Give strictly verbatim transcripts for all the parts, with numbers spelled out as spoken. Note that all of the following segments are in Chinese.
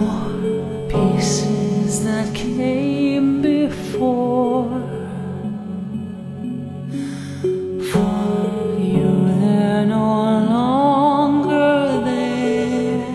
pieces that came before. For you, they're no longer there.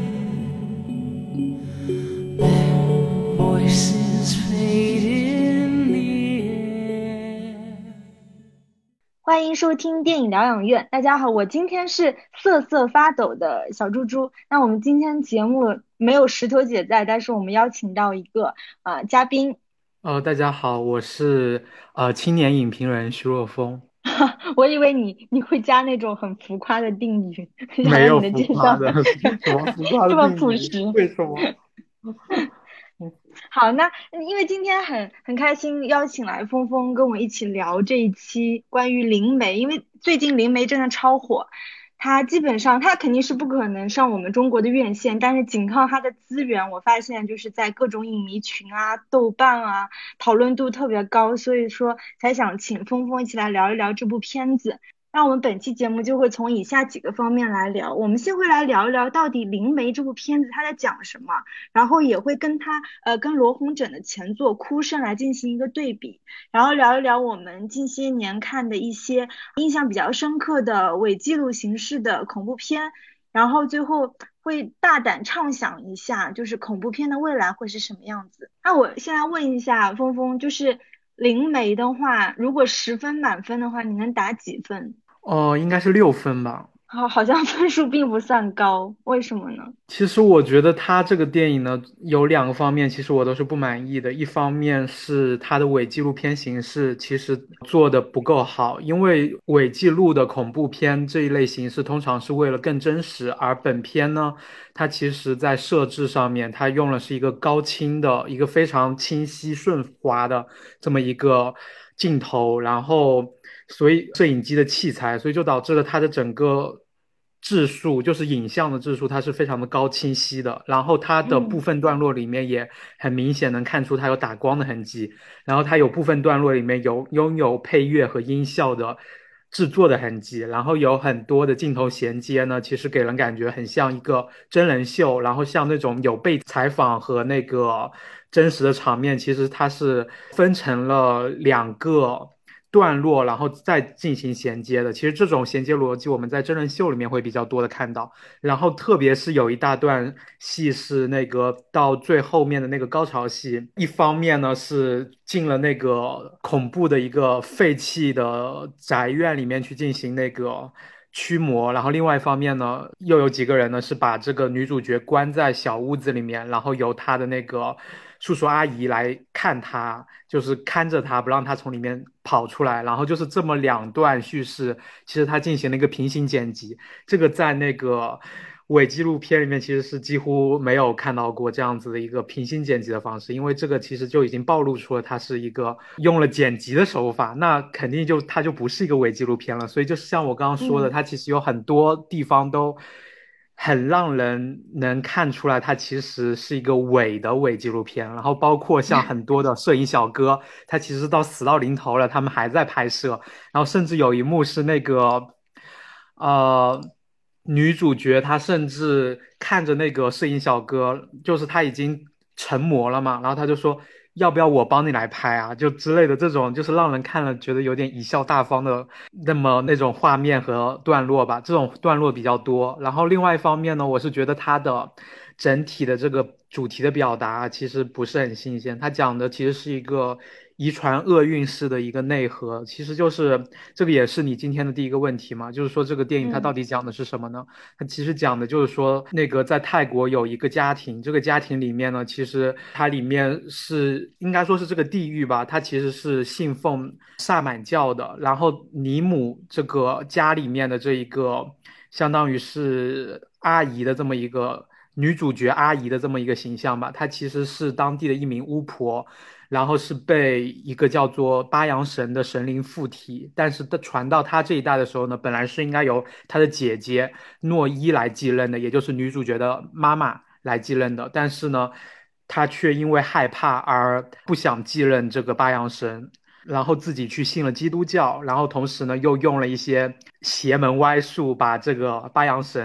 Their voices fade in the air. 欢迎收听电影疗养院。大家好，我今天是瑟瑟发抖的小猪猪。那我们今天节目没有石头姐在，但是我们邀请到一个呃嘉宾。 呃，大家好，我是呃青年影评人徐若风。 我以为你你会加那种很浮夸的定语，想没有让你的介绍浮夸的，什么浮夸这么的定语？ 朴实。 为什么？ 好，那因为今天很很开心邀请来峰峰跟我一起聊这一期关于灵媒，因为最近灵媒真的超火，它基本上它肯定是不可能上我们中国的院线，但是仅靠它的资源，我发现就是在各种影迷群啊、豆瓣啊，讨论度特别高，所以说才想请峰峰一起来聊一聊这部片子。那我们本期节目就会从以下几个方面来聊，我们先会来聊一聊到底灵媒这部片子它在讲什么，然后也会跟它呃跟罗红枕的前作哭声来进行一个对比，然后聊一聊我们近些年看的一些印象比较深刻的伪纪录形式的恐怖片，然后最后会大胆畅想一下，就是恐怖片的未来会是什么样子。那我现在问一下峰峰，就是灵媒的话，如果十分满分的话，你能打几分？ 哦、应该是六分吧。 好，好像分数并不算高，为什么呢？ 其实我觉得他这个电影呢，有两个方面，其实我都是不满意的。一方面是他的伪纪录片形式其实做的不够好，因为伪纪录的恐怖片这一类形式通常是为了更真实，而本片呢，它其实在设置上面，它用的是一个高清的、一个非常清晰顺滑的这么一个镜头，然后所以摄影机的器材，所以就导致了它的整个质数，就是影像的质数，它是非常的高清晰的。然后它的部嗯。 分段落里面也很明显能看出它有打光的痕迹，然后它有部分段落里面有拥有配乐和音效的制作的痕迹，然后有很多的镜头衔接呢，其实给人感觉很像一个真人秀，然后像那种有被采访和那个真实的场面，其实它是分成了两个段落，然后再进行衔接的。其实这种衔接逻辑我们在真人秀里面会比较多的看到，然后特别是有一大段戏是那个到最后面的那个高潮戏，一方面呢是进了那个恐怖的一个废弃的宅院里面去进行那个驱魔，然后另外一方面呢，又有几个人呢是把这个女主角关在小屋子里面，然后由她的那个叔叔阿姨来看她，就是看着她，不让她从里面跑出来，然后就是这么两段叙事，其实她进行了一个平行剪辑，这个在那个伪纪录片里面其实是几乎没有看到过这样子的一个平行剪辑的方式，因为这个其实就已经暴露出了它是一个用了剪辑的手法，那肯定就它就不是一个伪纪录片了。所以就是像我刚刚说的， 嗯。 它其实有很多地方都很让人能看出来，它其实是一个伪的伪纪录片。然后包括像很多的摄影小哥，他其实到死到临头了，他们还在拍摄。然后甚至有一幕是那个，呃，女主角她甚至看着那个摄影小哥，就是他已经成魔了嘛，然后他就说要不要我帮你来拍啊，就之类的这种，就是让人看了觉得有点贻笑大方的那么那种画面和段落吧，这种段落比较多。然后另外一方面呢，我是觉得它的整体的这个主题的表达其实不是很新鲜，它讲的其实是一个遗传厄运式的一个内核，其实就是这个也是你今天的第一个问题嘛，就是说这个电影它到嗯。 底讲的是什么呢？它其实讲的就是说，那个在泰国有一个家庭，这个家庭里面呢，其实它里面是应该说是这个地域吧，它其实是信奉萨满教的。然后尼姆这个家里面的这一个，相当于是阿姨的这么一个女主角阿姨的这么一个形象吧，她其实是当地的一名巫婆。然后是被一个叫做巴扬神的神灵附体，但是传到他这一代的时候呢，本来是应该由他的姐姐诺伊来继任的，也就是女主角的妈妈来继任的，但是呢，他却因为害怕而不想继任这个巴扬神，然后自己去信了基督教，然后同时呢又用了一些邪门歪术，把这个巴扬神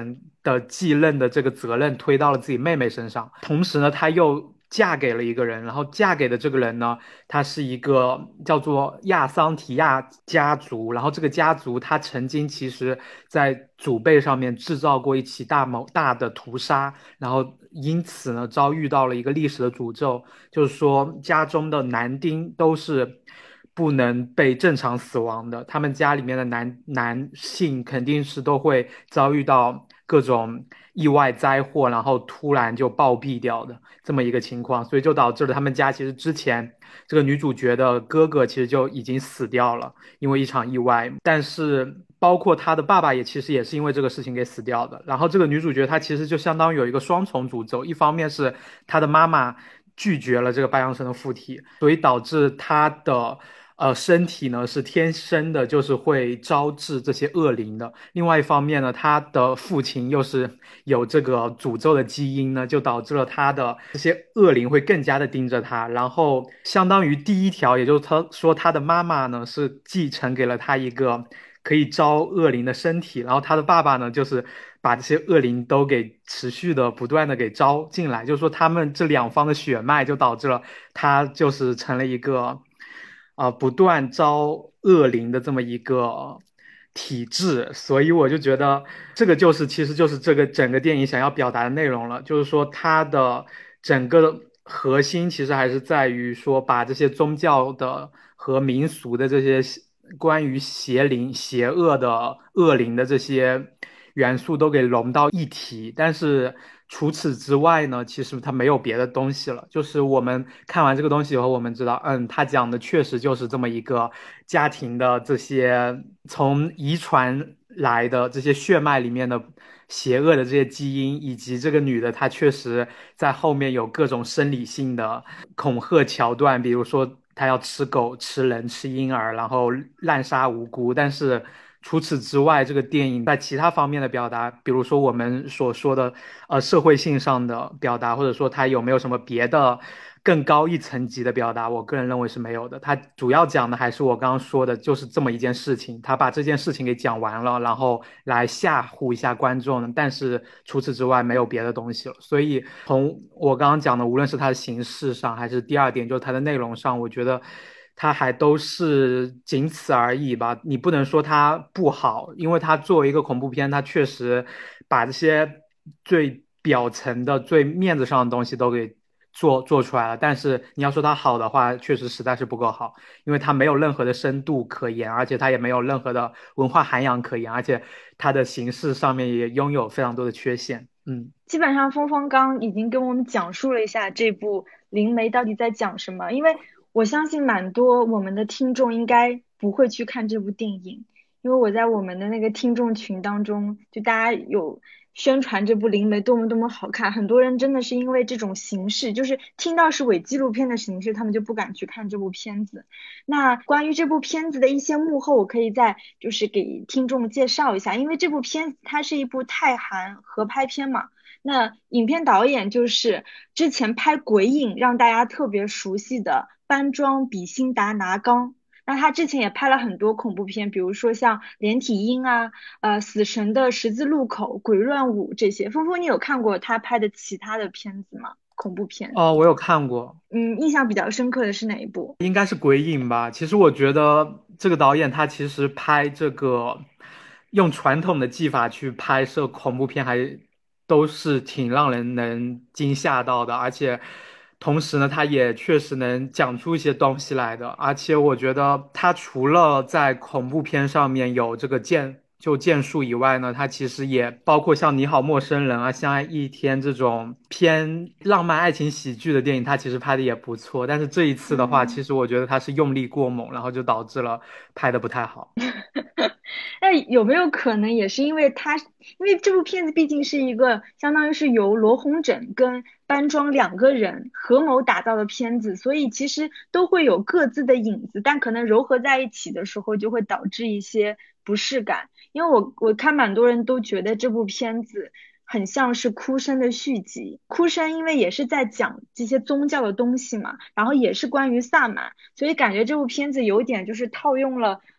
的继任的这个责任推到了自己妹妹身上，同时呢，她又嫁给了一个人，然后嫁给的这个人呢，他是一个叫做亚桑提亚家族，然后这个家族他曾经其实在祖辈上面制造过一起大谋大的屠杀，然后因此呢遭遇到了一个历史的诅咒，就是说家中的男丁都是不能被正常死亡的，他们家里面的男男性肯定是都会遭遇到各种意外灾祸，然后突然就暴毙掉的这么一个情况，所以就导致了他们家其实之前这个女主角的哥哥其实就已经死掉了，因为一场意外，但是包括她的爸爸也其实也是因为这个事情给死掉的。然后这个女主角她其实就相当于有一个双重诅咒，一方面是她的妈妈拒绝了这个白羊神的附体，所以导致她的呃，身体呢是天生的，就是会招致这些恶灵的。另外一方面呢，他的父亲又是有这个诅咒的基因呢，就导致了他的这些恶灵会更加的盯着他。然后，相当于第一条，也就是他说他的妈妈呢是继承给了他一个可以招恶灵的身体，然后他的爸爸呢就是把这些恶灵都给持续的不断的给招进来，就是说他们这两方的血脉就导致了他就是成了一个。啊、呃不断招恶灵的这么一个体质，所以我就觉得这个就是其实就是这个整个电影想要表达的内容了，就是说它的整个核心其实还是在于说把这些宗教的和民俗的这些关于邪灵、邪恶的恶灵的这些元素都给融到一体，但是除此之外呢，其实它没有别的东西了。就是我们看完这个东西以后，我们知道，嗯，他讲的确实就是这么一个家庭的这些从遗传来的这些血脉里面的邪恶的这些基因，以及这个女的她确实在后面有各种生理性的恐吓桥段，比如说她要吃狗、吃人、吃婴儿，然后滥杀无辜，但是。除此之外，这个电影在其他方面的表达，比如说我们所说的呃社会性上的表达，或者说它有没有什么别的更高一层级的表达，我个人认为是没有的。它主要讲的还是我刚刚说的，就是这么一件事情，他把这件事情给讲完了，然后来吓唬一下观众，但是除此之外没有别的东西了。所以从我刚刚讲的，无论是它的形式上，还是第二点就是它的内容上，我觉得。它还都是仅此而已吧，你不能说它不好，因为它作为一个恐怖片，它确实把这些最表层的、最面子上的东西都给做做出来了。但是你要说它好的话，确实实在是不够好，因为它没有任何的深度可言，而且它也没有任何的文化涵养可言，而且它的形式上面也拥有非常多的缺陷。嗯。 基本上峰峰刚已经跟我们讲述了一下这部《灵媒》到底在讲什么，因为我相信蛮多我们的听众应该不会去看这部电影，因为我在我们的那个听众群当中，就大家有宣传这部《灵媒》多么多么好看，很多人真的是因为这种形式，就是听到是伪纪录片的形式，他们就不敢去看这部片子。那关于这部片子的一些幕后，我可以再就是给听众介绍一下，因为这部片子它是一部泰韩合拍片嘛。那影片导演就是之前拍《鬼影》让大家特别熟悉的班庄比辛达拿纲。那他之前也拍了很多恐怖片，比如说像连体婴啊、呃死神的十字路口、鬼乱舞这些。峰峰，你有看过他拍的其他的片子吗？恐怖片？ 哦，我有看过。 嗯，印象比较深刻的是哪一部？ 应该是鬼影吧。其实我觉得这个导演他其实拍这个用传统的技法去拍摄恐怖片还都是挺让人能惊吓到的，而且同时呢，他也确实能讲出一些东西来的。而且我觉得他除了在恐怖片上面有这个建就建树以外呢，它其实也包括像《你好，陌生人》啊、《相爱一天》这种偏浪漫爱情喜剧的电影，它其实拍的也不错。但是这一次的话， 嗯其实我觉得它是用力过猛，然后就导致了拍的不太好。 那有没有可能也是因为他，因为这部片子毕竟是一个相当于是由罗红枕跟班庄两个人合谋打造的片子，所以其实都会有各自的影子，但可能糅合在一起的时候就会导致一些不适感。因为我我看蛮多人都觉得这部片子很像是哭声的续集，哭声因为也是在讲这些宗教的东西嘛，然后也是关于萨满，所以感觉这部片子有点就是套用了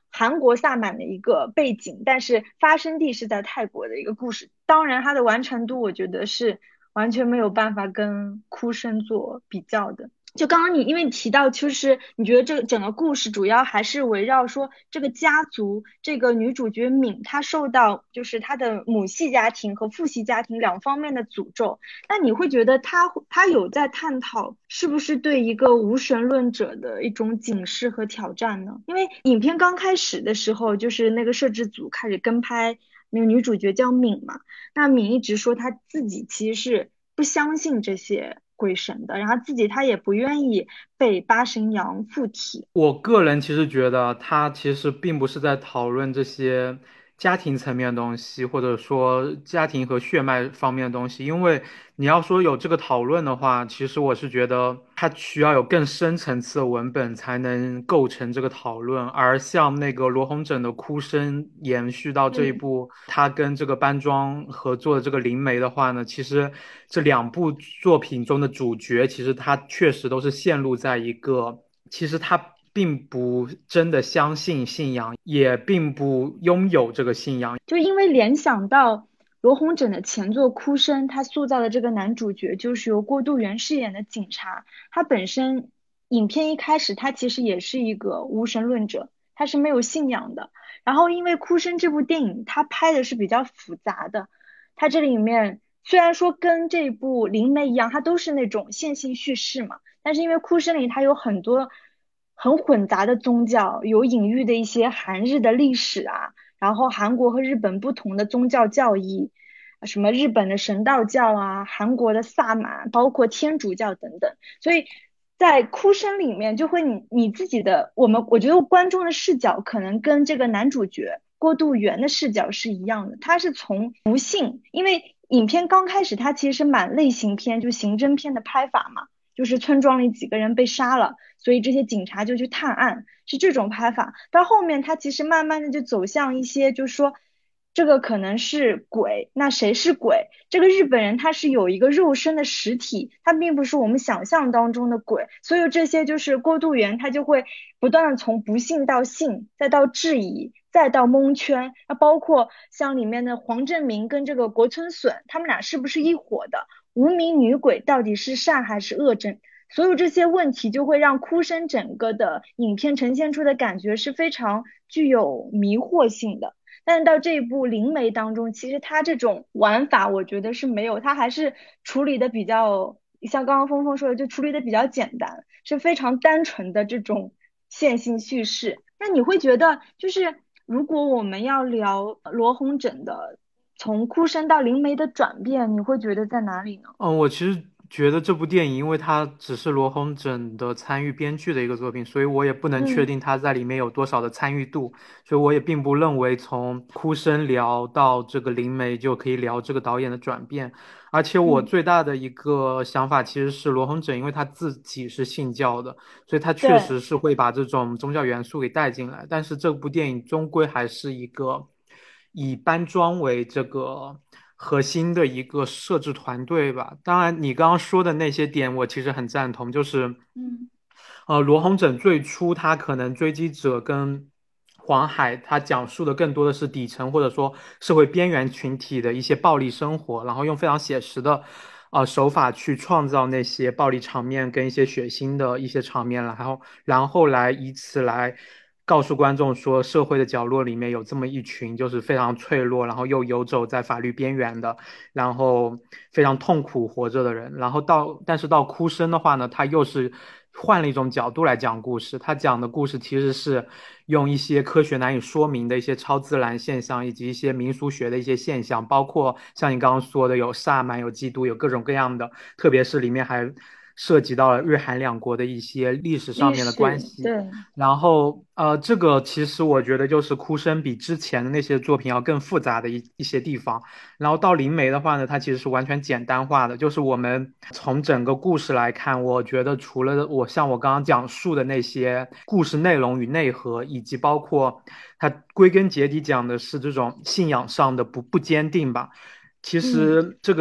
韩国萨满的一个背景，但是发生地是在泰国的一个故事。当然，它的完成度我觉得是完全没有办法跟哭声做比较的。就刚刚你因为你提到，就是你觉得这个整个故事主要还是围绕说这个家族，这个女主角敏她受到就是她的母系家庭和父系家庭两方面的诅咒，那你会觉得她她有在探讨是不是对一个无神论者的一种警示和挑战呢？因为影片刚开始的时候，就是那个摄制组开始跟拍那个女主角叫敏嘛，那敏一直说她自己其实是不相信这些鬼神的，然后自己他也不愿意被八神阳附体。 我个人其实觉得他其实并不是在讨论这些家庭层面的东西，或者说家庭和血脉方面的东西。因为你要说有这个讨论的话，其实我是觉得它需要有更深层次的文本才能构成这个讨论。而像那个罗红枕的哭声延续到这一嗯部，他跟这个班庄合作的这个灵媒的话呢，其实这两部作品中的主角，其实他确实都是陷入在一个。其实他并不真的相信信仰，也并不拥有这个信仰。 就因为联想到罗红枕的前作《哭声》，他塑造的这个男主角就是由郭度元饰演的警察，他本身影片一开始他其实也是一个无神论者，他是没有信仰的。然后因为《哭声》这部电影，他拍的是比较复杂的，他这里面虽然说跟这部灵媒一样，它都是那种线性叙事嘛，但是因为《哭声》里它有很多很混杂的宗教，有隐喻的一些韩日的历史啊，然后韩国和日本不同的宗教教义，什么日本的神道教啊，韩国的萨满，包括天主教等等，所以在哭声里面就会你你自己的，我们我觉得观众的视角可能跟这个男主角郭度元的视角是一样的，他是从不幸，因为影片刚开始他其实是蛮类型片，就刑侦片的拍法嘛，就是村庄里几个人被杀了，所以这些警察就去探案，是这种拍法。到后面他其实慢慢的就走向一些，就是说这个可能是鬼，那谁是鬼？这个日本人他是有一个肉身的实体，他并不是我们想象当中的鬼，所以这些就是郭度元他就会不断的从不信到信，再到质疑，再到蒙圈，那包括像里面的黄正明跟这个国村隼，他们俩是不是一伙的？无名女鬼到底是善还是恶真？所有这些问题就会让哭声整个的影片呈现出的感觉是非常具有迷惑性的。但是到这一部灵媒当中，其实它这种玩法我觉得是没有，它还是处理的比较，像刚刚峰峰说的，就处理的比较简单，是非常单纯的这种线性叙事。那你会觉得，就是如果我们要聊罗红枕的从哭声到灵媒的转变，你会觉得在哪里呢？ 嗯，我其实觉得这部电影，因为它只是罗红枕的参与编剧的一个作品，所以我也不能确嗯定他在里面有多少的参与度，所以我也并不认为从哭声聊到这个灵媒就可以聊这个导演的转变。而且我嗯， 最大的一个想法其实是罗红枕，因为他自己是信教的，所以他确对， 实是会把这种宗教元素给带进来。但是这部电影终归还是一个以搬庄为这个核心的一个摄制团队吧。当然，你刚刚说的那些点，我其实很赞同，就是嗯呃，罗红枕最初他可能追击者跟黄海，他讲述的更多的是底层或者说社会边缘群体的一些暴力生活，然后用非常写实的呃手法去创造那些暴力场面跟一些血腥的一些场面，然后然后来以此来告诉观众说，社会的角落里面有这么一群就是非常脆弱，然后又游走在法律边缘的，然后非常痛苦活着的人。然后到但是到哭声的话呢，他又是换了一种角度来讲故事，他讲的故事其实是用一些科学难以说明的一些超自然现象，以及一些民俗学的一些现象，包括像你刚刚说的有萨满、有基督、有各种各样的，特别是里面还涉及到了日韩两国的一些历史上历面的关史， 系。 对， 然后呃，这个其实我觉得就是哭声比之前的那些作品要更复杂的一一些地方。然后到灵媒的话呢，它其实是完全简单化的，就是我们从整个故事来看，我觉得除了我像我刚刚讲述的那些故事内容与内核，以及包括它归根结底讲的是这种信仰上的不不坚定吧。其嗯实这个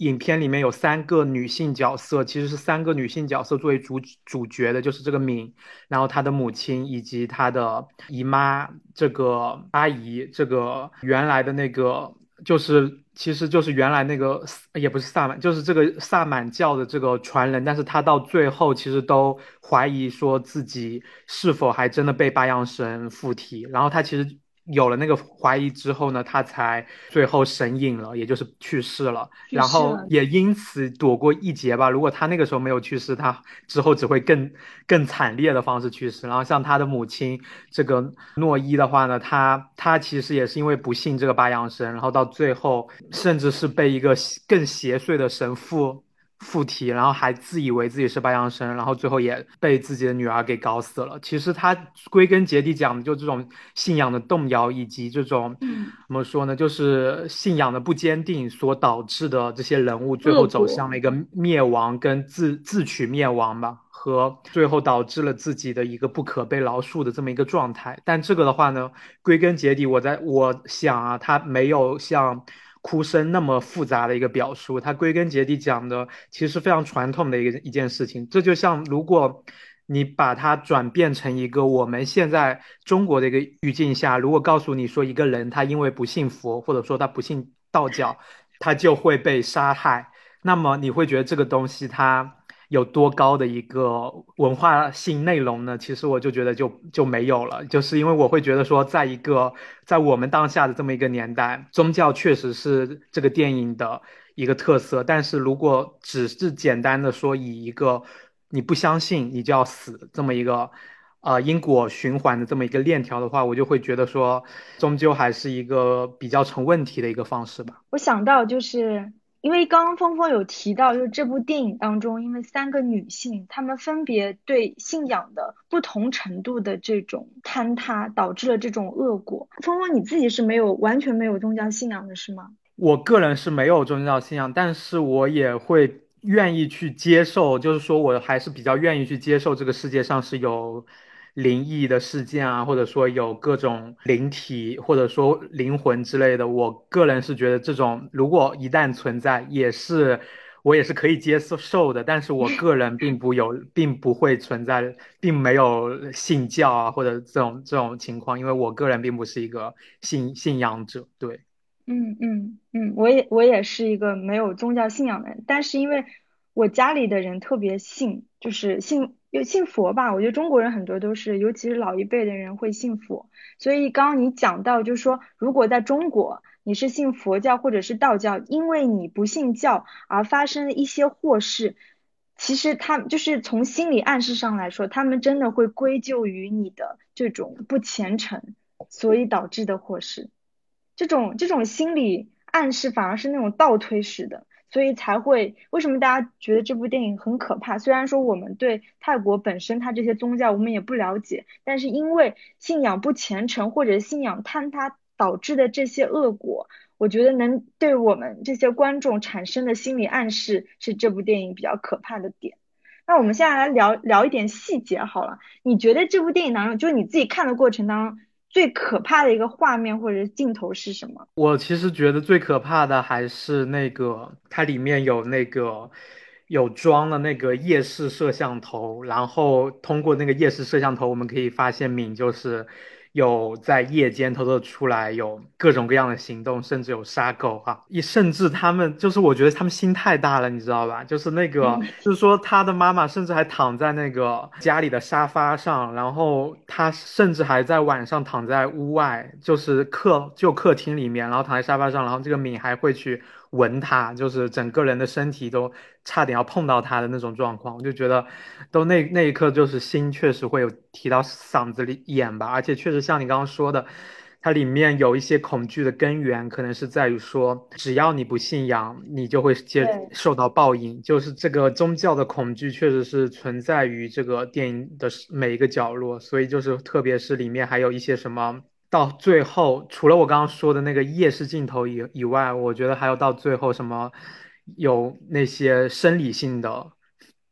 影片里面有三个女性角色，其实是三个女性角色作为主主角的，就是这个敏，然后她的母亲以及她的姨妈，这个阿姨，这个原来的那个就是其实就是原来那个也不是萨满，就是这个萨满教的这个传人，但是他到最后其实都怀疑说自己是否还真的被八阳神附体，然后他其实有了那个怀疑之后呢，他才最后神隐了，也就是去世了，然去世了。 后也因此躲过一劫吧。如果他那个时候没有去世，他之后只会更更惨烈的方式去世。然后像他的母亲这个诺伊的话呢，他他其实也是因为不信这个八阳神，然后到最后甚至是被一个更邪祟的神父附体，然后还自以为自己是白羊神，然后最后也被自己的女儿给搞死了。其实他归根结底讲的就这种信仰的动摇，以及这种嗯， 怎么说呢，就是信仰的不坚定所导致的这些人物最后走恶果。 向了一个灭亡跟自自取灭亡吧，和最后导致了自己的一个不可被饶恕的这么一个状态。但这个的话呢，归根结底，我在我想啊，他没有像哭声那么复杂的一个表述，它归根结底讲的其实是非常传统的一个一件事情。这就像如果你把它转变成一个我们现在中国的一个语境下，如果告诉你说一个人他因为不信佛，或者说他不信道教，他就会被杀害，那么你会觉得这个东西它有多高的一个文化性内容呢？其实我就觉得就就没有了，就是因为我会觉得说，在一个在我们当下的这么一个年代，宗教确实是这个电影的一个特色，但是如果只是简单的说以一个你不相信你就要死这么一个呃因果循环的这么一个链条的话，我就会觉得说，终究还是一个比较成问题的一个方式吧。 我想到就是因为刚刚峰峰有提到，就是这部电影当中，因为三个女性，她们分别对信仰的不同程度的这种坍塌，导致了这种恶果。峰峰你自己是没有完全没有宗教信仰的是吗？ 我个人是没有宗教信仰，但是我也会愿意去接受，就是说我还是比较愿意去接受这个世界上是有灵异的事件啊，或者说有各种灵体，或者说灵魂之类的。我个人是觉得这种如果一旦存在，也是我也是可以接受的，但是我个人并不有，并不会存在，并没有信教啊，或者这种这种情况，因为我个人并不是一个信信仰者，对。 嗯嗯嗯，我也我也是一个没有宗教信仰的人，但是因为我家里的人特别信，就是信有信佛吧，我觉得中国人很多都是，尤其是老一辈的人会信佛，所以刚刚你讲到，就是说如果在中国你是信佛教或者是道教，因为你不信教而发生了一些祸事，其实他就是从心理暗示上来说，他们真的会归咎于你的这种不虔诚，所以导致的祸事。这种这种心理暗示反而是那种倒推式的，所以才会为什么大家觉得这部电影很可怕？虽然说我们对泰国本身它这些宗教我们也不了解，但是因为信仰不虔诚或者信仰坍塌导致的这些恶果，我觉得能对我们这些观众产生的心理暗示是这部电影比较可怕的点。那我们现在来聊聊一点细节好了，你觉得这部电影当中，就是你自己看的过程当中，最可怕的一个画面或者是镜头是什么？ 我其实觉得最可怕的还是那个，它里面有那个有装了那个夜视摄像头，然后通过那个夜视摄像头，我们可以发现敏就是有在夜间偷偷出来，有各种各样的行动，甚至有杀狗哈、一甚至他们就是我觉得他们心太大了，你知道吧？就是那个， 嗯就是说他的妈妈甚至还躺在那个家里的沙发上，然后他甚至还在晚上躺在屋外，就是客就客厅里面，然后躺在沙发上，然后这个敏还会去闻他，就是整个人的身体都差点要碰到他的那种状况，我就觉得都那那一刻就是心确实会有提到嗓子里眼吧，而且确实像你刚刚说的。它里面有一些恐惧的根源，可能是在于说，只要你不信仰，你就会接对， 受到报应。就是这个宗教的恐惧，确实是存在于这个电影的每一个角落。所以就是特别是里面还有一些什么，到最后除了我刚刚说的那个夜视镜头以以外，我觉得还有到最后什么有那些生理性的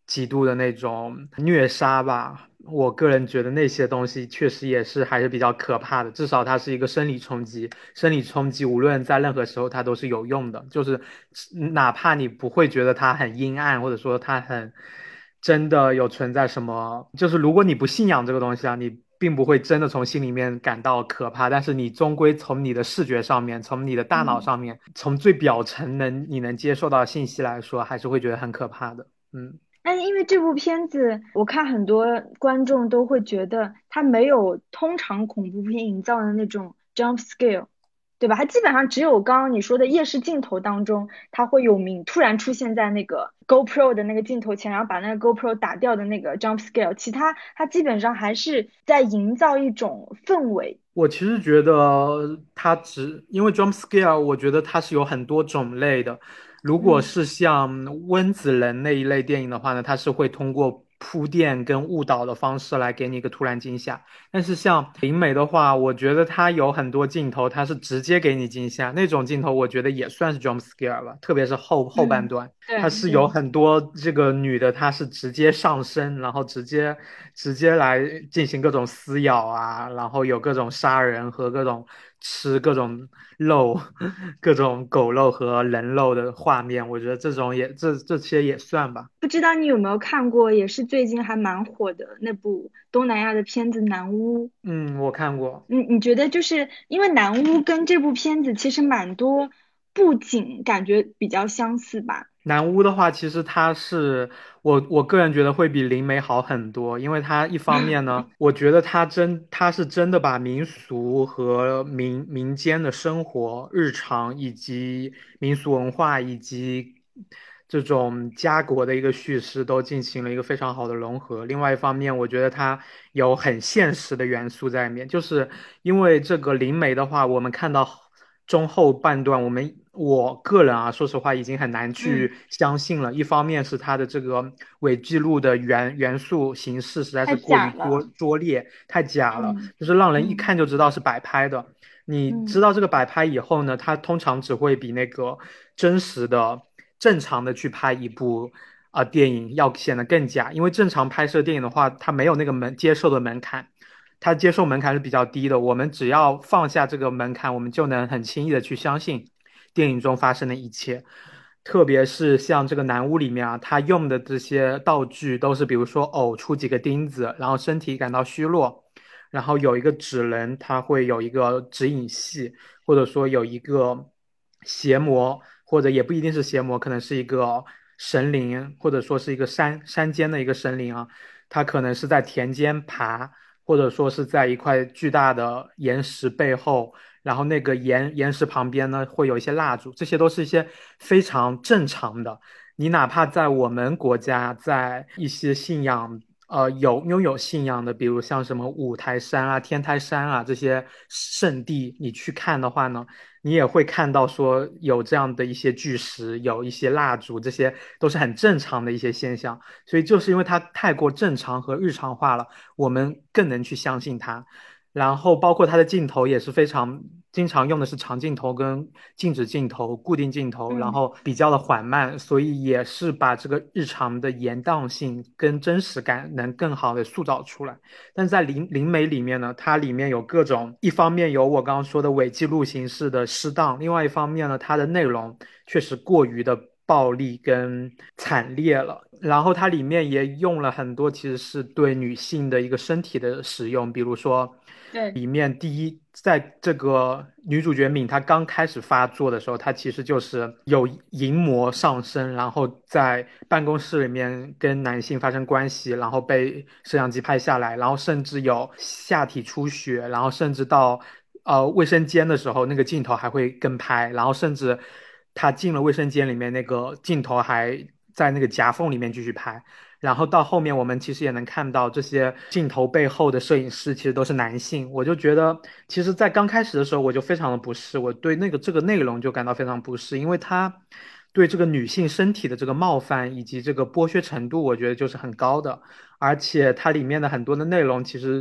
极度的那种虐杀吧。我个人觉得那些东西确实也是还是比较可怕的，至少它是一个生理冲击，生理冲击无论在任何时候它都是有用的，就是哪怕你不会觉得它很阴暗，或者说它很真的有存在什么，就是如果你不信仰这个东西啊，你并不会真的从心里面感到可怕，但是你终归从你的视觉上面，从你的大脑嗯。 上面，从最表层能你能接受到的信息来说，还是会觉得很可怕的。嗯。 但是因为这部片子，我看很多观众都会觉得它没有通常恐怖片营造的那种 jump scare，对吧？它基本上只有刚刚你说的夜视镜头当中，它会有名突然出现在那个 GoPro 的那个镜头前，然后把那个 GoPro 打掉的那个 jump scare，其他它基本上还是在营造一种氛围。 我其实觉得它只因为 jump scare，我觉得它是有很多种类的。如果嗯。 是像温子仁那一类电影的话呢，它是会通过铺垫跟误导的方式来给你一个突然惊吓。但是像灵媒的话，我觉得它有很多镜头，它是直接给你惊吓，那种镜头我觉得也算是 jump scare 吧，特别是后后半嗯， 段。它是有对对。 很多这个女的，她是直接上身，然后直接直接来进行各种撕咬啊，然后有各种杀人和各种吃各种肉，各种狗肉和人肉的画面。我觉得这种也这这些也算吧。 不知道你有没有看过，也是最近还蛮火的那部东南亚的片子《南巫》。 嗯，我看过。 你你觉得就是因为《南巫》跟这部片子其实蛮多布景感觉比较相似吧？ 南巫的话，其实它是我我个人觉得会比灵媒好很多，因为它一方面呢，我觉得它真它是真的把民俗和民民间的生活、日常以及民俗文化以及这种家国的一个叙事都进行了一个非常好的融合。另外一方面，我觉得它有很现实的元素在里面，就是因为这个灵媒的话，我们看到中后半段，我们我个人啊，说实话已经很难嗯。 去相信了。一方面是它的这个伪纪录的元元素形式实在太是过于拙假了。 拙劣，太假了， 嗯就是让人一嗯看就知道是摆拍的。你知嗯。 道这个摆拍以后呢，它通常只会比那个真实的、正常的去拍一部啊、呃电影要显得更假，因为正常拍摄电影的话，它没有那个门接受的门槛。它接受门槛是比较低的，我们只要放下这个门槛，我们就能很轻易的去相信电影中发生的一切。特别是像这个男巫里面啊，他用的这些道具都是，比如说呕出几个钉子，然后身体感到虚弱，然后有一个纸人，他会有一个指引系，或者说有一个邪魔，或者也不一定是邪魔，可能是一个神灵，或者说是一个山山间的一个神灵啊，他可能是在田间爬。或者说是在一块巨大的岩石背后，然后那个岩岩石旁边呢会有一些蜡烛，这些都是一些非常正常的。你哪怕在我们国家，在一些信仰，呃，有拥有信仰的，比如像什么五台山啊、天台山啊这些圣地，你去看的话呢，你也会看到说有这样的一些巨石，有一些蜡烛，这些都是很正常的一些现象。所以就是因为它太过正常和日常化了。我们更能去相信它。然后包括它的镜头也是非常经常用的是长镜头跟静止镜头、固定镜头，然嗯。 后比较的缓慢，所以也是把这个日常的延宕性跟真实感能更好的塑造出来。但是在灵灵媒里面呢，它里面有各种，一方面有我刚刚说的伪记录形式的适当，另外一方面呢，它的内容确实过于的暴力跟惨烈了。然后它里面也用了很多其实是对女性的一个身体的使用，比如说对。 里面第一，在这个女主角敏她刚开始发作的时候，她其实就是有淫魔上身，然后在办公室里面跟男性发生关系，然后被摄像机拍下来，然后甚至有下体出血，然后甚至到呃卫生间的时候，那个镜头还会跟拍，然后甚至她进了卫生间里面，那个镜头还在那个夹缝里面继续拍。然后到后面，我们其实也能看到这些镜头背后的摄影师其实都是男性。我就觉得，其实，在刚开始的时候，我就非常的不适，我对那个这个内容就感到非常不适，因为它对这个女性身体的这个冒犯以及这个剥削程度，我觉得就是很高的。而且它里面的很多的内容，其实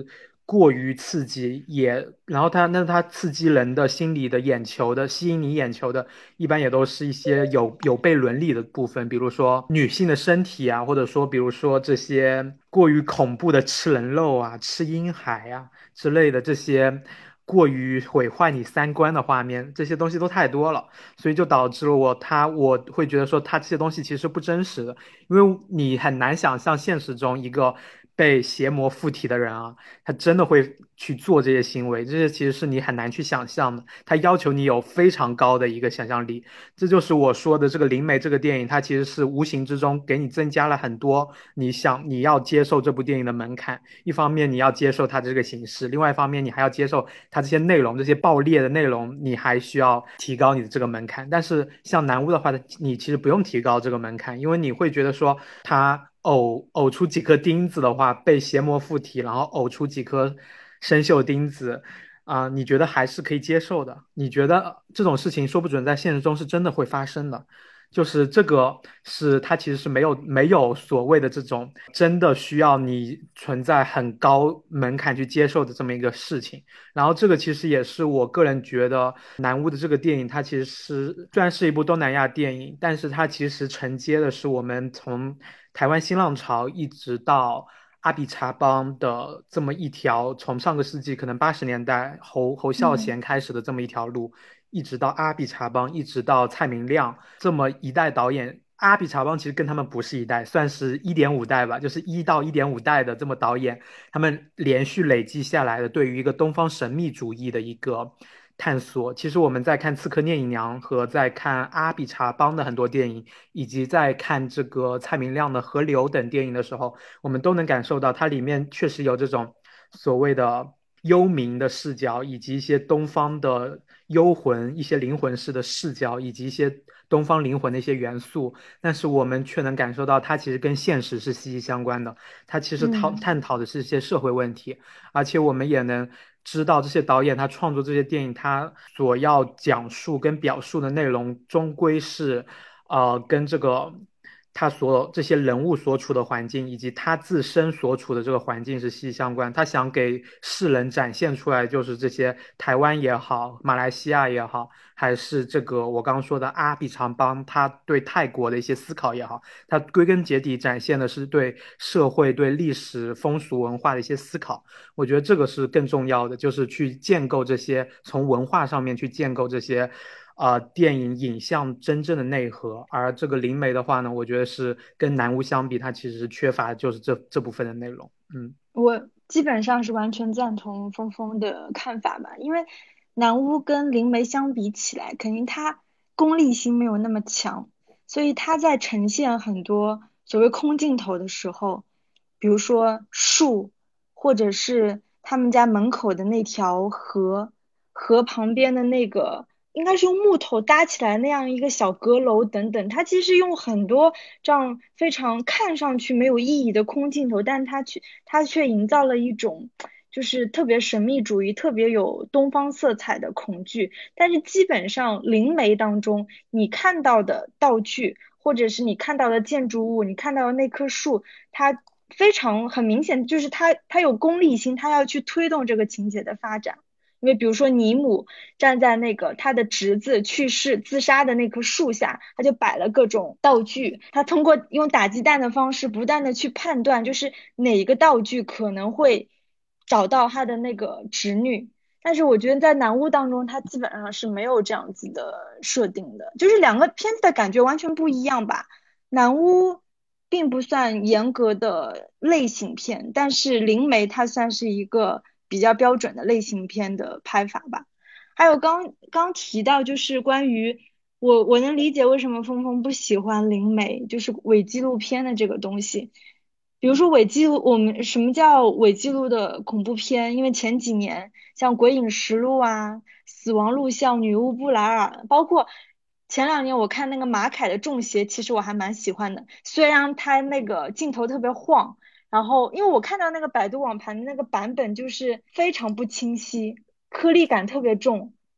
过于刺激，也然后它那它刺激人的心理的眼球的，吸引你眼球的，一般也都是一些有有悖伦理的部分，比如说女性的身体啊，或者说比如说这些过于恐怖的吃人肉啊、吃婴孩啊之类的这些。过于毁坏你三观的画面，这些东西都太多了，所以就导致了我他我会觉得说他这些东西其实不真实的，因为你很难想象现实中一个被邪魔附体的人啊，他真的会去做这些行为，这些其实是你很难去想象的，他要求你有非常高的一个想象力，这就是我说的这个灵媒这个电影，它其实是无形之中给你增加了很多你想你要接受这部电影的门槛，一方面你要接受它这个形式，另外一方面你还要接受它这些内容，这些爆裂的内容，你还需要提高你的这个门槛。但是像南巫的话，你其实不用提高这个门槛，因为你会觉得说它呕呕出几颗钉子的话，被邪魔附体，然后呕出几颗生锈钉子。啊、呃你觉得还是可以接受的？你觉得这种事情说不准在现实中是真的会发生的？就是这个是它其实是没有没有所谓的这种真的需要你存在很高门槛去接受的这么一个事情。然后这个其实也是我个人觉得南巫的这个电影，它其实是虽然是一部东南亚电影，但是它其实承接的是我们从台湾新浪潮一直到阿比查邦的这么一条，从上个世纪可能八十年代侯侯孝嗯贤开始的这么一条路，一直到阿比查邦，一直到蔡明亮这么一代导演。阿比查邦其实跟他们不是一代，算是一点五代吧，就是一到一点五代的这么导演，他们连续累积下来的对于一个东方神秘主义的一个探索。其实我们在看《刺客聂隐娘》和在看阿比查邦的很多电影，以及在看这个蔡明亮的《河流》等电影的时候，我们都能感受到它里面确实有这种所谓的幽冥的视角，以及一些东方的幽魂、一些灵魂式的视角，以及一些东方灵魂的一些元素。但是我们却能感受到它其实跟现实是息息相关的，它其实讨嗯探讨的是一些社会问题，而且我们也能知道这些导演他创作这些电影，他所要讲述跟表述的内容，终归是，呃，跟这个他所这些人物所处的环境，以及他自身所处的这个环境是息息相关。他想给世人展现出来，就是这些台湾也好，马来西亚也好，还是这个我刚刚说的阿比长邦，他对泰国的一些思考也好，他归根结底展现的是对社会、对历史、风俗文化的一些思考。我觉得这个是更重要的，就是去建构这些，从文化上面去建构这些，呃，电影影像真正的内核。而这个灵媒的话呢，我觉得是跟南巫相比，它其实缺乏就是这这部分的内容。嗯。 我基本上是完全赞同峰峰的看法吧，因为南巫跟灵媒相比起来，肯定它功利性没有那么强，所以它在呈现很多所谓空镜头的时候，比如说树，或者是他们家门口的那条河，河旁边的那个。应该是用木头搭起来那样一个小阁楼等等，它其实用很多这样非常看上去没有意义的空镜头，但它却它却营造了一种就是特别神秘主义、特别有东方色彩的恐惧。但是基本上灵媒当中你看到的道具，或者是你看到的建筑物，你看到的那棵树，它非常很明显，就是它它有功利心，它要去推动这个情节的发展。因为比如说尼姆站在那个他的侄子去世自杀的那棵树下，他就摆了各种道具，他通过用打鸡蛋的方式不断的去判断，就是哪一个道具可能会找到他的那个侄女。但是我觉得在南巫当中，它基本上是没有这样子的设定的，就是两个片子的感觉完全不一样吧。南巫并不算严格的类型片，但是灵媒它算是一个比较标准的类型片的拍法吧。还有刚刚提到就是关于我我能理解为什么峰峰不喜欢灵媒，就是伪纪录片的这个东西。比如说伪纪录，我们什么叫伪纪录的恐怖片？因为前几年像《鬼影实录》啊、《死亡录像》、《女巫布莱尔》，包括前两年我看那个马凯的《中邪》，其实我还蛮喜欢的，虽然他那个镜头特别晃。然后，因为我看到那个百度网盘的那个版本就是非常不清晰，颗粒感特别重，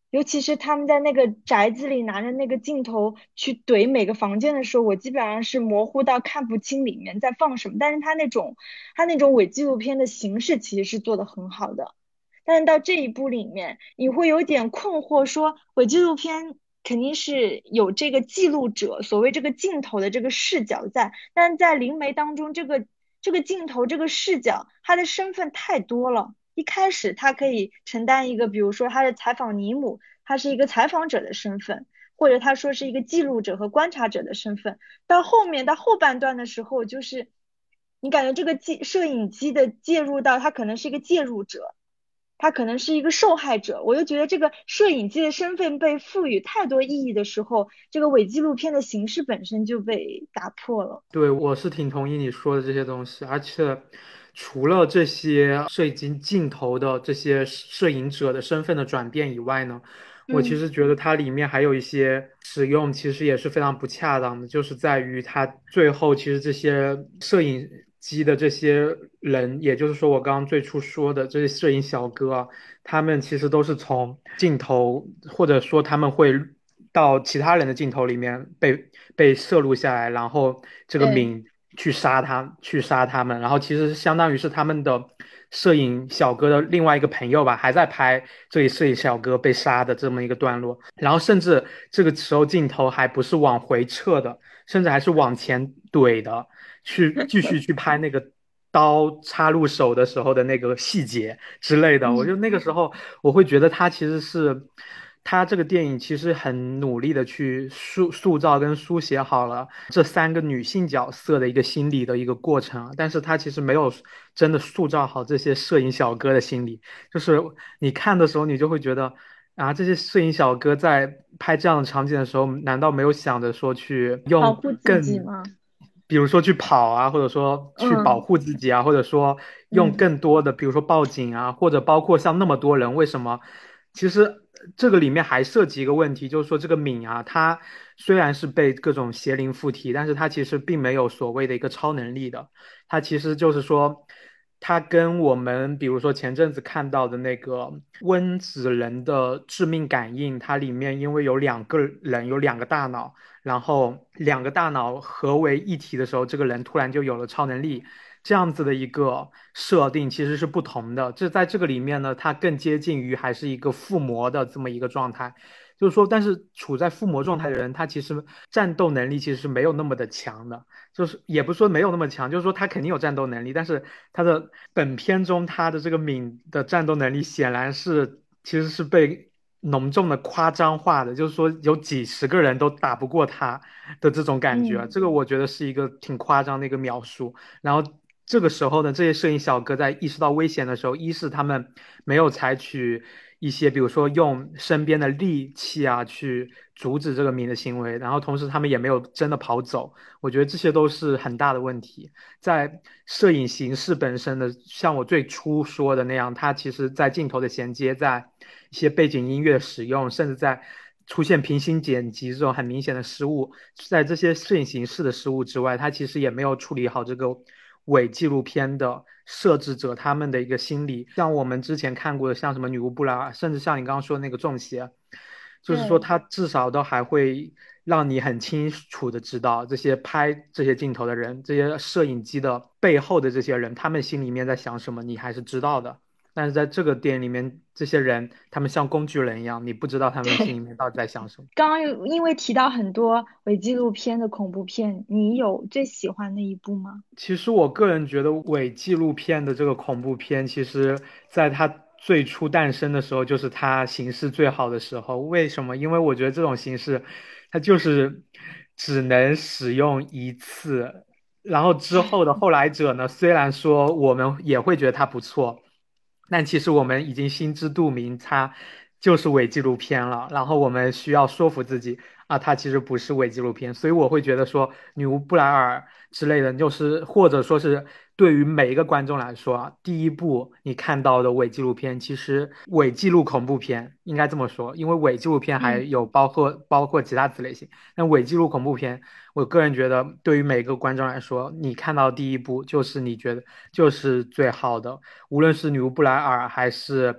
尤其是他们在那个宅子里拿着那个镜头去怼每个房间的时候，我基本上是模糊到看不清里面在放什么。但是他那种他那种伪纪录片的形式其实是做得很好的。但是到这一步里面，你会有点困惑说，伪纪录片肯定是有这个记录者，所谓这个镜头的这个视角在，但在灵媒当中，这个这个镜头这个视角，他的身份太多了。一开始他可以承担一个，比如说他是采访尼姆，他是一个采访者的身份，或者他说是一个记录者和观察者的身份。到后面到后半段的时候，就是你感觉这个记摄影机的介入到，他可能是一个介入者，他可能是一个受害者。我就觉得这个摄影机的身份被赋予太多意义的时候，这个伪纪录片的形式本身就被打破了。 对，我是挺同意你说的这些东西，而且除了这些摄影机镜头的这些摄影者的身份的转变以外呢，我其嗯， 实觉得它里面还有一些使用其实也是非常不恰当的，就是在于它最后其实这些摄影机的这些人，也就是说我刚刚最初说的这些摄影小哥啊，他们其实都是从镜头，或者说他们会到其他人的镜头里面被被摄录下来，然后这个对， 敏去杀他，去杀他们，然后其实相当于是他们的摄影小哥的另外一个朋友吧，还在拍这里摄影小哥被杀的这么一个段落，然后甚至这个时候镜头还不是往回撤的，甚至还是往前怼的，去继续去拍那个刀插入手的时候的那个细节之类的。我嗯。 就那个时候我会觉得他其实是他这个电影其实很努力的去塑塑造跟书写好了这三个女性角色的一个心理的一个过程啊，但是他其实没有真的塑造好这些摄影小哥的心理，就是你看的时候你就会觉得。啊，这些摄影小哥在拍这样的场景的时候，难道没有想着说去用保护自己更， 吗？ 比如说去跑啊，或者说去保嗯护自己啊，或者说用嗯更多的，比如说报警啊，或者包括像那么多人，为什么？其实这个里面还涉及一个问题，就是说这个敏啊，他虽然是被各种邪灵附体，但是他其实并没有所谓的一个超能力的。它其实就是说，它跟我们比如说前阵子看到的那个温子仁的致命感应，它里面因为有两个人有两个大脑，然后两个大脑合为一体的时候，这个人突然就有了超能力。这样子的一个设定其实是不同的，这在这个里面呢，它更接近于还是一个附魔的这么一个状态。就是说，但是处在附魔状态的人，他其实战斗能力其实是没有那么的强的。就是也不是说没有那么强，就是说他肯定有战斗能力，但是他的本片中他的这个敏的战斗能力显然是其实是被浓重的夸张化的，就是说有几十个人都打不过他的这种感觉， 嗯这个我觉得是一个挺夸张的一个描述。然后这个时候呢，这些摄影小哥在意识到危险的时候，一是他们没有采取一些，比如说用身边的利器啊去阻止这个敏的行为，然后同时他们也没有真的跑走。我觉得这些都是很大的问题。在摄影形式本身的，像我最初说的那样，它其实在镜头的衔接，在一些背景音乐使用，甚至在出现平行剪辑这种很明显的失误，在这些摄影形式的失误之外，它其实也没有处理好这个伪纪录片的设置者他们的一个心理。像我们之前看过的，像什么女巫布莱尔，甚至像你刚刚说的那个中邪，就是说对。 它至少都还会让你很清楚的知道这些拍这些镜头的人，这些摄影机的背后的这些人，他们心里面在想什么，你还是知道的。但是在这个电影里面，这些人他们像工具人一样，你不知道他们心里面到底在想什么。 刚刚有因为提到很多伪纪录片的恐怖片，你有最喜欢的一部吗？ 其实我个人觉得伪纪录片的这个恐怖片，其实在它最初诞生的时候，就是它形式最好的时候。为什么？因为我觉得这种形式，它就是只能使用一次，然后之后的后来者呢，虽然说我们也会觉得它不错，但其实我们已经心知肚明，它就是伪纪录片了。然后我们需要说服自己啊，它其实不是伪纪录片。所以我会觉得说，女巫布莱尔之类的，就是或者说是对于每一个观众来说啊，第一部你看到的伪纪录片，其实伪纪录恐怖片应该这么说，因为伪纪录片还嗯。 有包括包括其他子类型，但伪纪录恐怖片，我个人觉得对于每个观众来说，你看到第一部就是你觉得就是最好的。无论是女巫布莱尔还是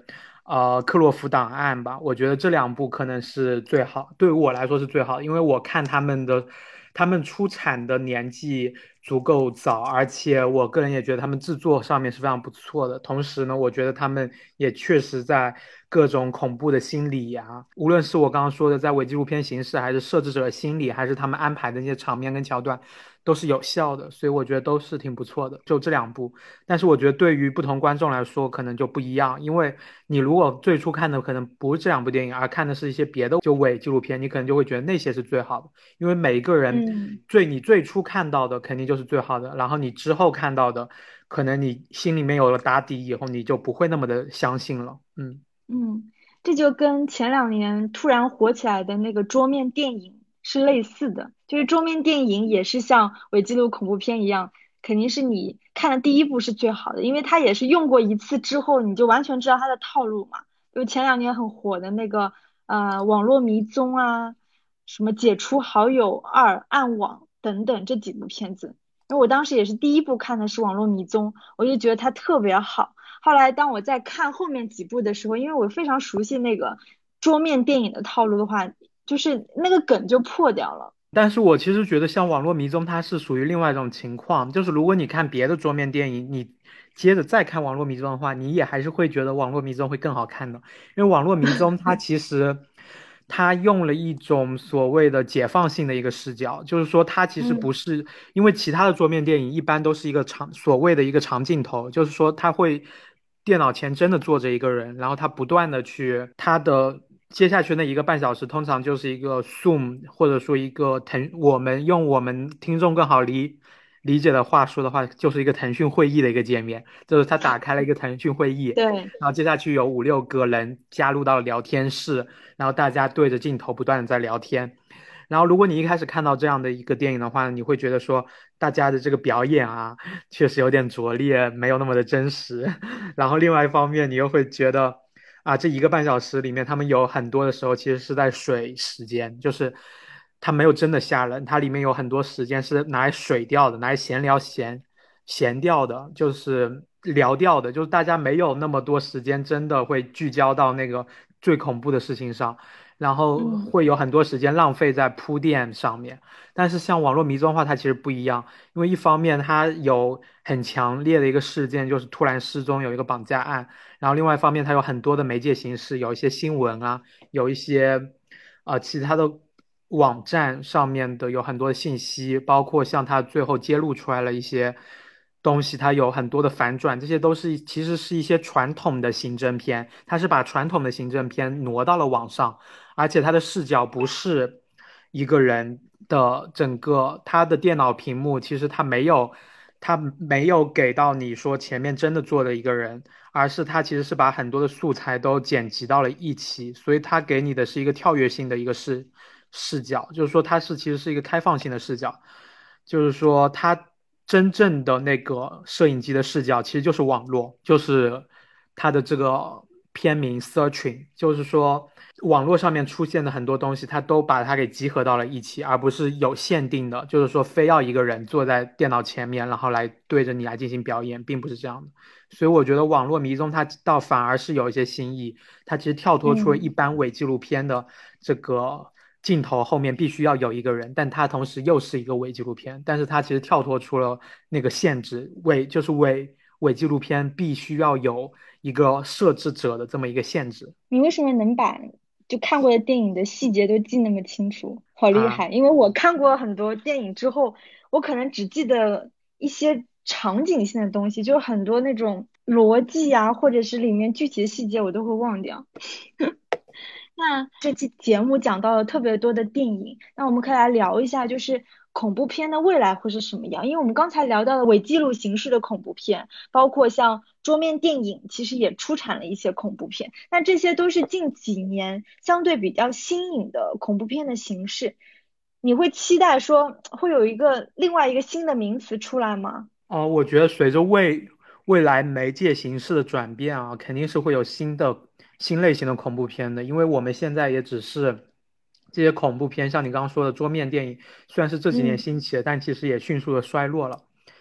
呃克洛弗档案吧，我觉得这两部可能是最好，对于我来说是最好的，因为我看他们的他们出产的年纪足够早，而且我个人也觉得他们制作上面是非常不错的。同时呢，我觉得他们也确实在各种恐怖的心理呀，无论是我刚刚说的在伪纪录片形式，还是摄制者的心理，还是他们安排的那些场面跟桥段，都是有效的，所以我觉得都是挺不错的。就这两部。但是我觉得对于不同观众来说，可能就不一样，因为你如果最初看的可能不是这两部电影，而看的是一些别的就伪纪录片，你可能就会觉得那些是最好的，因为每一个人嗯最你最初看到的肯定就是最好的，然后你之后看到的，可能你心里面有了打底以后，你就不会那么的相信了。嗯。 嗯，这就跟前两年突然火起来的那个桌面电影是类似的，就是桌面电影也是像伪纪录恐怖片一样，肯定是你看的第一部是最好的，因为它也是用过一次之后，你就完全知道它的套路嘛。就前两年很火的那个呃网络迷踪啊，什么解除好友二、暗网等等这几部片子。因为我当时也是第一部看的是网络迷踪，我就觉得它特别好。后来当我在看后面几部的时候，因为我非常熟悉那个桌面电影的套路的话，就是那个梗就破掉了。 但是我其实觉得像《网络迷踪》，它是属于另外一种情况，就是如果你看别的桌面电影，你接着再看《网络迷踪》的话，你也还是会觉得《网络迷踪》会更好看的，因为《网络迷踪》它其实它用了一种所谓的解放性的一个视角，就是说它其实不嗯是因为其他的桌面电影一般都是一个长所谓的一个长镜头，就是说它会电脑前真的坐着一个人，然后他不断的去他的。接下去那一个半小时，通常就是一个 Zoom，或者说一个腾，我们用我们听众更好理理解的话说的话，就是一个腾讯会议的一个界面，就是他打开了一个腾讯会议， 对， 然后接下去有五六个人加入到了聊天室，然后大家对着镜头不断的在聊天。然后，如果你一开始看到这样的一个电影的话，你会觉得说大家的这个表演啊，确实有点拙劣，没有那么的真实。然后另外一方面，你又会觉得啊，这一个半小时里面，他们有很多的时候其实是在水时间，就是他没有真的吓人，它里面有很多时间是拿来水掉的，拿来闲聊闲闲掉的，就是聊掉的，就是大家没有那么多时间真的会聚焦到那个最恐怖的事情上。然后嗯会有很多时间浪费在铺垫上面。但是像网络迷踪的话，它其实不一样，因为一方面它有很强烈的一个事件，就是突然失踪有一个绑架案，然后另外一方面它有很多的媒介形式，有一些新闻啊，有一些呃其他的网站上面的有很多的信息，包括像它最后揭露出来了一些东西，它有很多的反转，这些都是其实是一些传统的刑侦片，它是把传统的刑侦片挪到了网上。而且它的视角不是一个人的整个，他的电脑屏幕其实他没有，他没有给到你说前面真的坐了一个人，而是他其实是把很多的素材都剪辑到了一起，所以他给你的是一个跳跃性的一个视视角，就是说它是其实是一个开放性的视角，就是说它真正的那个摄影机的视角其实就是网络，就是它的这个片名 searching，就是说网络上面出现的很多东西，它都把它给集合到了一起，而不是有限定的，就是说非要一个人坐在电脑前面，然后来对着你来进行表演，并不是这样的。所以我觉得网络迷踪它倒反而是有一些新意，它其实跳脱出了一嗯。 般伪纪录片的这个镜头后面必须要有一个人，但它同时又是一个伪纪录片，但是它其实跳脱出了那个限制，伪就是伪伪纪录片必须要有一个摄制者的这么一个限制你为什么能把就看过的电影的细节都记那么清楚？好厉啊。 害！因为我看过很多电影之后，我可能只记得一些场景性的东西，就很多那种逻辑啊，或者是里面具体的细节我都会忘掉。那这期节目讲到了特别多的电影，那我们可以来聊一下，就是恐怖片的未来会是什么样？因为我们刚才聊到了伪记录形式的恐怖片，包括像桌面电影，其实也出产了一些恐怖片。那这些都是近几年相对比较新颖的恐怖片的形式。你会期待说会有一个另外一个新的名词出来吗？ 哦，我觉得随着未未来媒介形式的转变啊，肯定是会有新的新类型的恐怖片的，因为我们现在也只是这些恐怖片，像你刚刚说的桌面电影，虽然是这几年嗯兴起的，但其实也迅速的衰落了。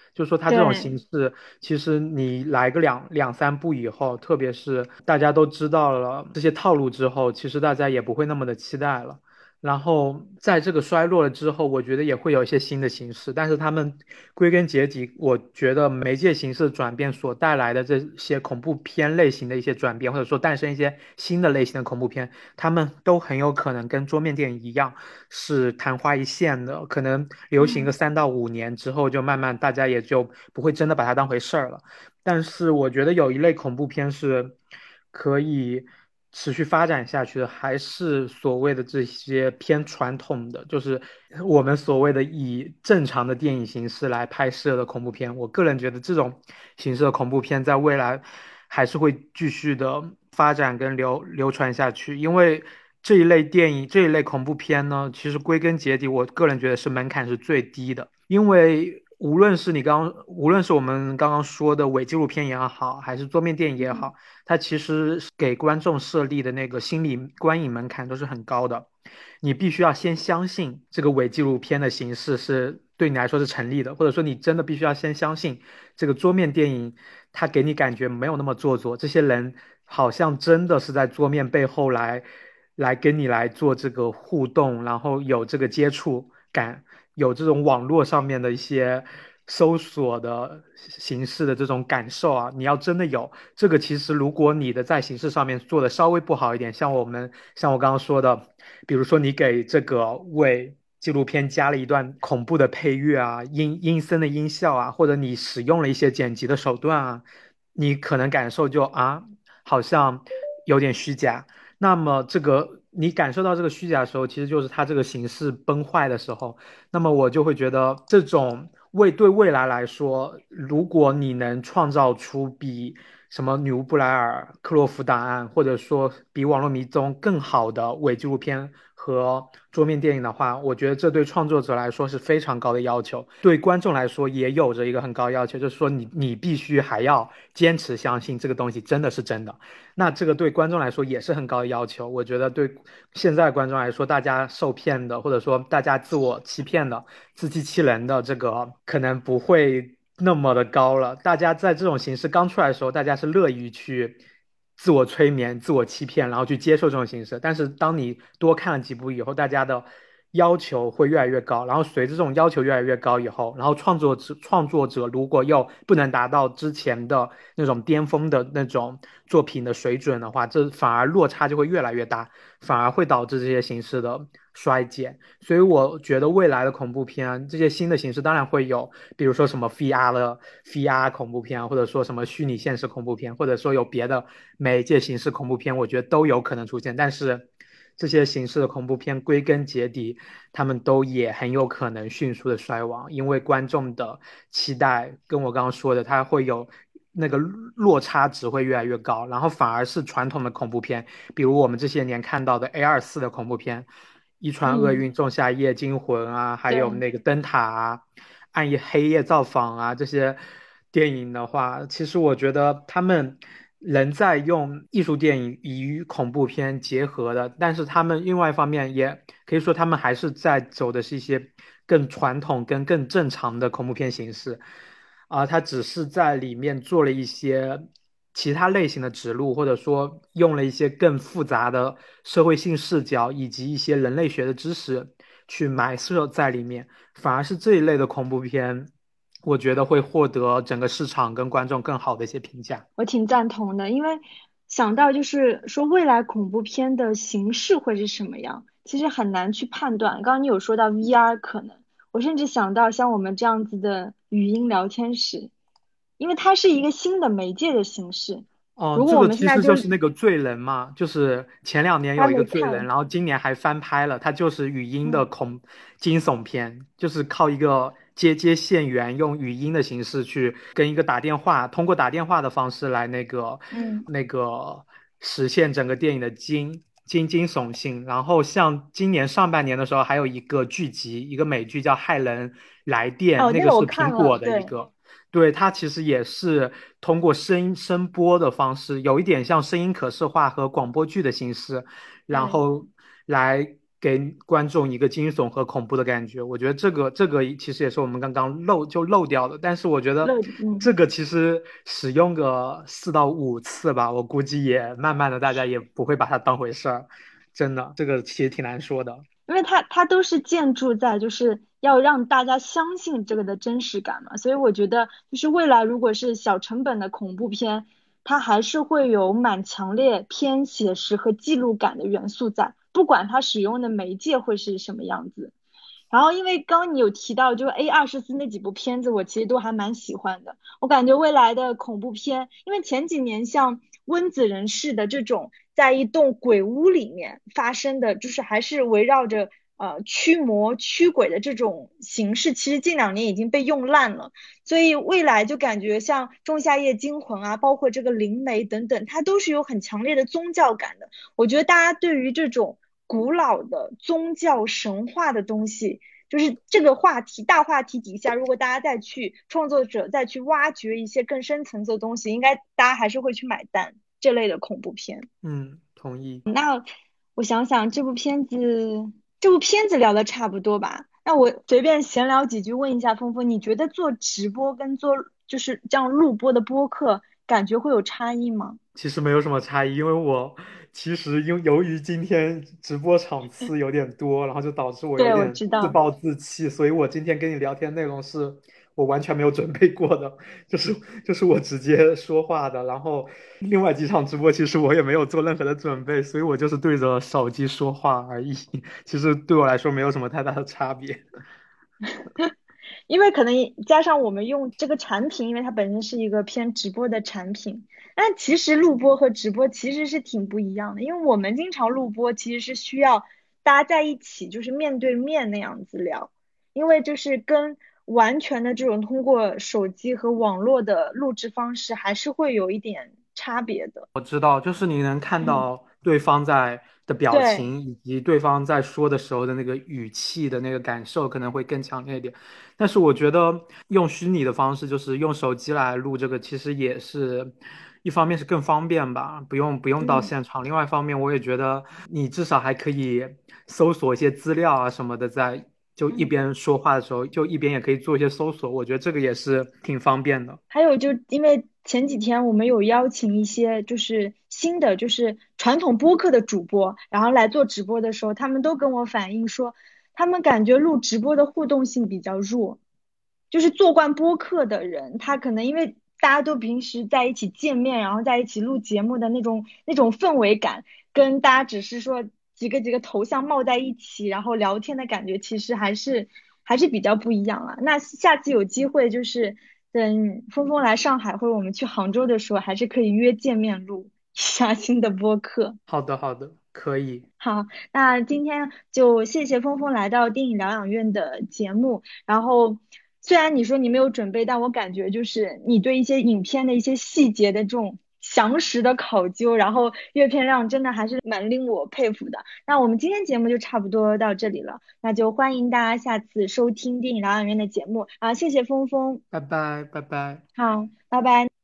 就是说它这种对， 形式，其实你来个两两三部以后，特别是大家都知道了这些套路之后，其实大家也不会那么的期待了。然后在这个衰落了之后，我觉得也会有一些新的形式，但是他们归根结底，我觉得媒介形式转变所带来的这些恐怖片类型的一些转变，或者说诞生一些新的类型的恐怖片，他们都很有可能跟桌面电影一样，是昙花一现的，可能流行个嗯三到五年之后，就慢慢大家也就不会真的把它当回事儿了。但是我觉得有一类恐怖片是可以持续发展下去的，还是所谓的这些偏传统的，就是我们所谓的以正常的电影形式来拍摄的恐怖片。我个人觉得这种形式的恐怖片在未来还是会继续的发展跟流流传下去，因为这一类电影，这一类恐怖片呢，其实归根结底，我个人觉得是门槛是最低的。因为无论是你刚，无论是我们刚刚说的伪纪录片也好，还是桌面电影也嗯好，它其实给观众设立的那个心理观影门槛都是很高的。你必须要先相信这个伪纪录片的形式是对你来说是成立的，或者说你真的必须要先相信这个桌面电影，它给你感觉没有那么做作，这些人好像真的是在桌面背后来来跟你来做这个互动，然后有这个接触感。有这种网络上面的一些搜索的形式的这种感受啊，你要真的有这个，其实如果你的在形式上面做的稍微不好一点，像我们像我刚刚说的，比如说你给这个为纪录片加了一段恐怖的配乐啊，阴阴森的音效啊，或者你使用了一些剪辑的手段啊，你可能感受就啊，好像有点虚假。那么这个你感受到这个虚假的时候，其实就是它这个形式崩坏的时候。那么我就会觉得，这种未对未来来说，如果你能创造出比什么女巫布莱尔、克洛弗档案，或者说比网络迷踪更好的伪纪录片和桌面电影的话，我觉得这对创作者来说是非常高的要求，对观众来说也有着一个很高要求，就是说你你必须还要坚持相信这个东西真的是真的。那这个对观众来说也是很高的要求。我觉得对现在观众来说，大家受骗的，或者说大家自我欺骗的、自欺欺人的，这个可能不会那么的高了。大家在这种形式刚出来的时候，大家是乐于去自我催眠、自我欺骗，然后去接受这种形式。但是当你多看了几部以后，大家的要求会越来越高，然后随着这种要求越来越高以后，然后创作者创作者如果又不能达到之前的那种巅峰的那种作品的水准的话，这反而落差就会越来越大，反而会导致这些形式的衰减。所以我觉得未来的恐怖片这些新的形式当然会有，比如说什么 V R 的 V R 恐怖片，或者说什么虚拟现实恐怖片，或者说有别的媒介形式恐怖片，我觉得都有可能出现。但是这些形式的恐怖片归根结底，他们都也很有可能迅速的衰亡，因为观众的期待跟我刚刚说的，它会有那个落差值会越来越高，然后反而是传统的恐怖片，比如我们这些年看到的 A 二四的恐怖片，《遗传厄嗯， 运》《仲夏夜惊魂》啊，还有对。 那个灯塔啊、暗夜黑夜造访啊这些电影的话，其实我觉得他们人在用艺术电影与恐怖片结合的，但是他们另外一方面也可以说他们还是在走的是一些更传统、跟更正常的恐怖片形式。啊，他只是在里面做了一些其他类型的植入，或者说用了一些更复杂的社会性视角以及一些人类学的知识去埋设在里面，反而是这一类的恐怖片，我觉得会获得整个市场跟观众更好的一些评价。 我挺赞同的，因为想到就是说未来恐怖片的形式会是什么样，其实很难去判断。刚刚你有说到 V R 可能，我甚至想到像我们这样子的语音聊天室，因为它是一个新的媒介的形式。 哦， 如果我这个其们现在就实就是那个罪人嘛，就是前两年有一个还没罪人， 看， 然后今年还翻拍了，它就是语音的嗯恐惊悚片，就是靠一个接接线员用语音的形式去跟一个打电话，通过打电话的方式来那个嗯那个实现整个电影的惊惊惊悚性。然后像今年上半年的时候，还有一个剧集，一个美剧叫《骇人来电》， 哦， 那个是那个我看了， 苹果的一对个。对，它其实也是通过声音声波的方式，有一点像声音可视化和广播剧的形式，然对。 后来给观众一个惊悚和恐怖的感觉。我觉得这个这个其实也是我们刚刚漏就漏掉的，但是我觉得乐嗯。 这个其实使用个四到五次吧，我估计也慢慢的大家也不会把它当回事儿。真的，这个其实挺难说的。 因为它它都是建筑在就是要让大家相信这个的真实感嘛，所以我觉得就是未来如果是小成本的恐怖片，它还是会有蛮强烈偏写实和记录感的元素在，不管它使用的媒介会是什么样子。然后因为刚刚你有提到，就是 A 二十四那几部片子，我其实都还蛮喜欢的。我感觉未来的恐怖片，因为前几年像温子仁式的这种在一栋鬼屋里面发生的，就是还是围绕着呃驱魔驱鬼的这种形式，其实近两年已经被用烂了。所以未来就感觉像《仲夏夜惊魂》啊，包括这个灵媒等等，它都是有很强烈的宗教感的。我觉得大家对于这种古老的宗教神话的东西，就是这个话题大话题底下，如果大家再去创作者再去挖掘一些更深层次的东西，应该大家还是会去买单这类的恐怖片。 嗯，同意。 那我想想，这部片子，这部片子聊的差不多吧？那我随便闲聊几句，问一下峰峰，你觉得做直播跟做就是这样录播的播客，感觉会有差异吗？ 其实没有什么差异，因为我其实因由于今天直播场次有点多，然后就导致我有对，我点知道。 自暴自弃，所以我今天跟你聊天内容是我完全没有准备过的，就是就是我直接说话的。然后另外几场直播其实我也没有做任何的准备，所以我就是对着手机说话而已。其实对我来说没有什么太大的差别。 因为可能加上我们用这个产品，因为它本身是一个偏直播的产品，但其实录播和直播其实是挺不一样的，因为我们经常录播其实是需要大家在一起，就是面对面那样子聊，因为就是跟完全的这种通过手机和网络的录制方式还是会有一点差别的。 我知道，就是你能看嗯， 到对方在的表对。 情，以及对方在说的时候的那个语气的那个感受，可能会更强烈一点。但是我觉得用虚拟的方式，就是用手机来录这个，其实也是一方面是更方便吧，不用不用到嗯。 现场。另外一方面，我也觉得你至少还可以搜索一些资料啊什么的，在就一嗯。 边说话的时候，就一边也可以做一些搜索。我觉得这个也是挺方便的。 还有就因为前几天我们有邀请一些就是新的就是传统播客的主播，然后来做直播的时候，他们都跟我反映说，他们感觉录直播的互动性比较弱，就是做惯播客的人，他可能因为大家都平时在一起见面，然后在一起录节目的那种那种氛围感，跟大家只是说几个几个头像冒在一起，然后聊天的感觉，其实还是还是比较不一样啊。那下次有机会就是等峰峰来上海或者我们去杭州的时候，还是可以约见面录一下新的播客。 好的，好的，可以。 好，那今天就谢谢峰峰来到电影疗养院的节目。然后，虽然你说你没有准备，但我感觉就是你对一些影片的一些细节的这种详实的考究，然后阅片量真的还是蛮令我佩服的。那我们今天节目就差不多到这里了，那就欢迎大家下次收听电影疗养院的节目啊，谢谢峰峰， 拜拜，拜拜。 好，拜拜。